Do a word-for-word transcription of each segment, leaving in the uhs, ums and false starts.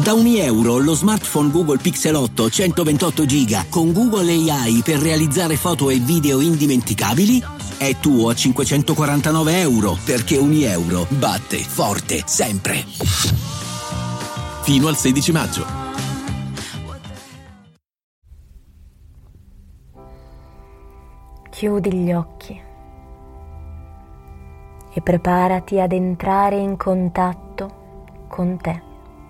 Da ogni euro lo smartphone Google Pixel otto centoventotto giga con Google A I per realizzare foto e video indimenticabili è tuo a cinquecentoquarantanove euro, perché ogni euro batte forte sempre. Fino al sedici maggio. Chiudi gli occhi e preparati ad entrare in contatto con te.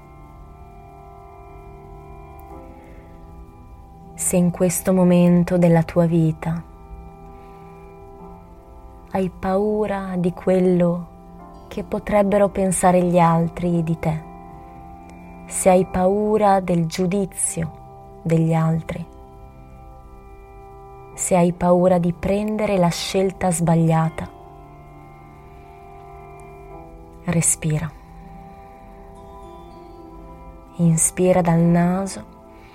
Se in questo momento della tua vita hai paura di quello che potrebbero pensare gli altri di te, se hai paura del giudizio degli altri, se hai paura di prendere la scelta sbagliata, respira. Inspira dal naso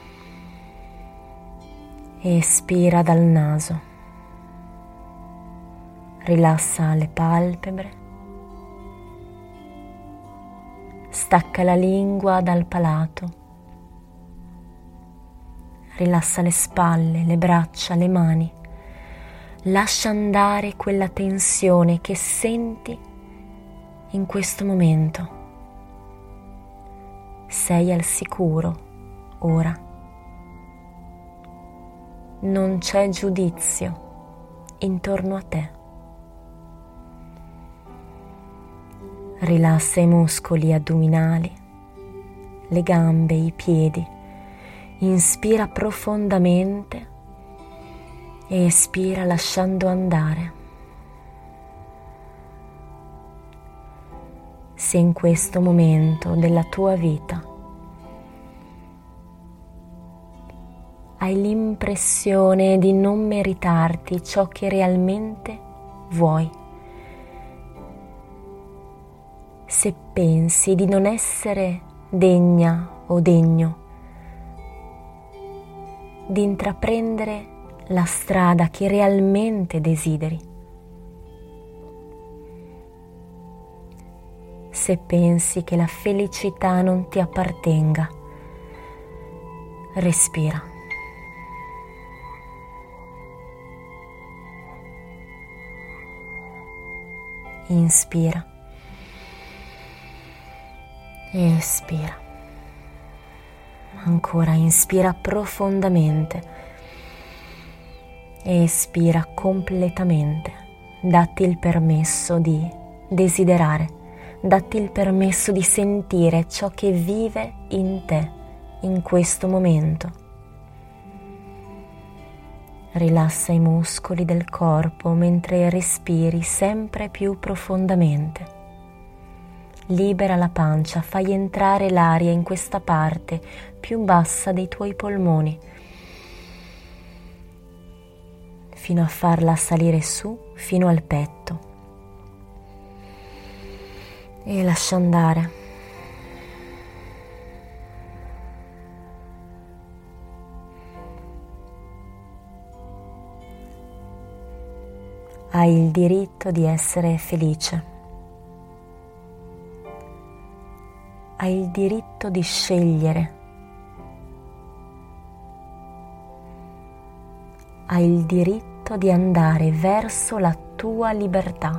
e espira dal naso. Rilassa le palpebre. Stacca la lingua dal palato. Rilassa le spalle, le braccia, le mani. Lascia andare quella tensione che senti in questo momento. Sei al sicuro ora. Non c'è giudizio intorno a te. Rilassa i muscoli addominali, le gambe, i piedi. Inspira profondamente e espira lasciando andare. Se in questo momento della tua vita hai l'impressione di non meritarti ciò che realmente vuoi, se pensi di non essere degna o degno di intraprendere la strada che realmente desideri, se pensi che la felicità non ti appartenga, respira. Inspira e espira. Ancora, inspira profondamente e espira completamente. Datti il permesso di desiderare, datti il permesso di sentire ciò che vive in te in questo momento. Rilassa i muscoli del corpo mentre respiri sempre più profondamente. Libera la pancia, fai entrare l'aria in questa parte più bassa dei tuoi polmoni, fino a farla salire su, fino al petto. E lascia andare. Hai il diritto di essere felice. Hai il diritto di scegliere. Hai il diritto di andare verso la tua libertà.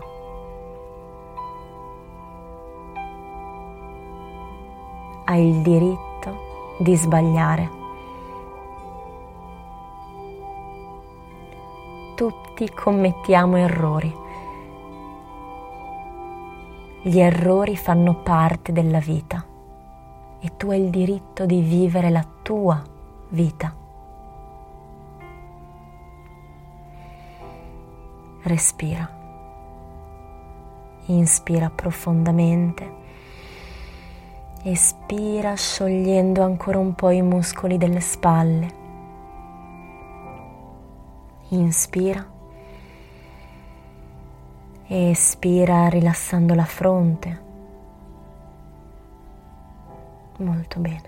Hai il diritto di sbagliare. Tutti commettiamo errori. Gli errori fanno parte della vita e tu hai il diritto di vivere la tua vita. Respira. Inspira profondamente. Espira sciogliendo ancora un po' i muscoli delle spalle. Inspira e espira rilassando la fronte. Molto bene.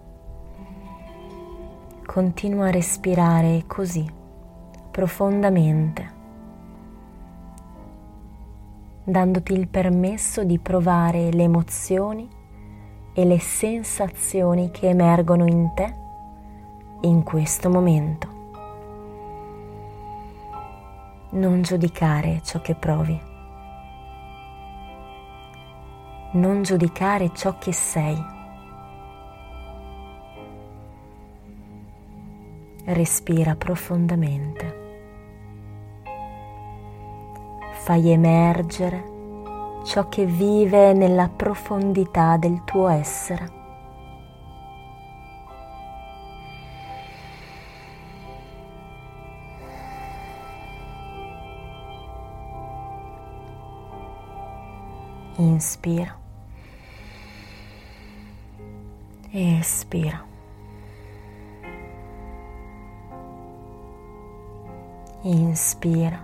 Continua a respirare così, profondamente, dandoti il permesso di provare le emozioni e le sensazioni che emergono in te in questo momento. Non giudicare ciò che provi. Non giudicare ciò che sei. Respira profondamente. Fai emergere ciò che vive nella profondità del tuo essere. Inspira. Espira. Inspira.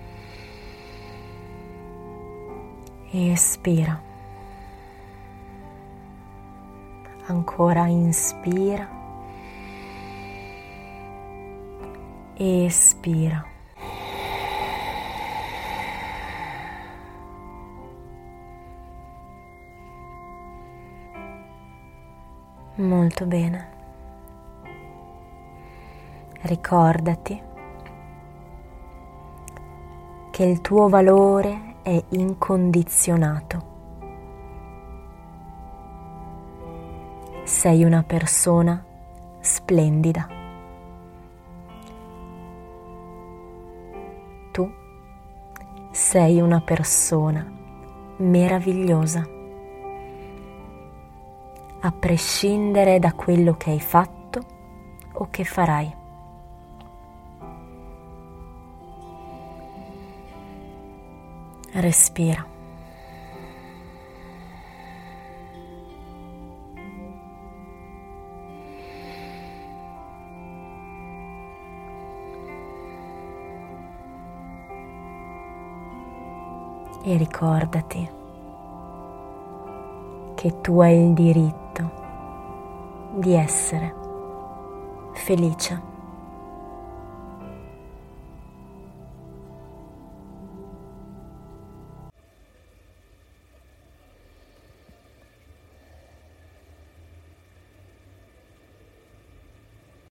Espira. Ancora inspira. Espira. Molto bene. Ricordati che il tuo valore è incondizionato. Sei una persona splendida. Tu sei una persona meravigliosa. A prescindere da quello che hai fatto o che farai. Respira. E ricordati che tu hai il diritto di essere felice.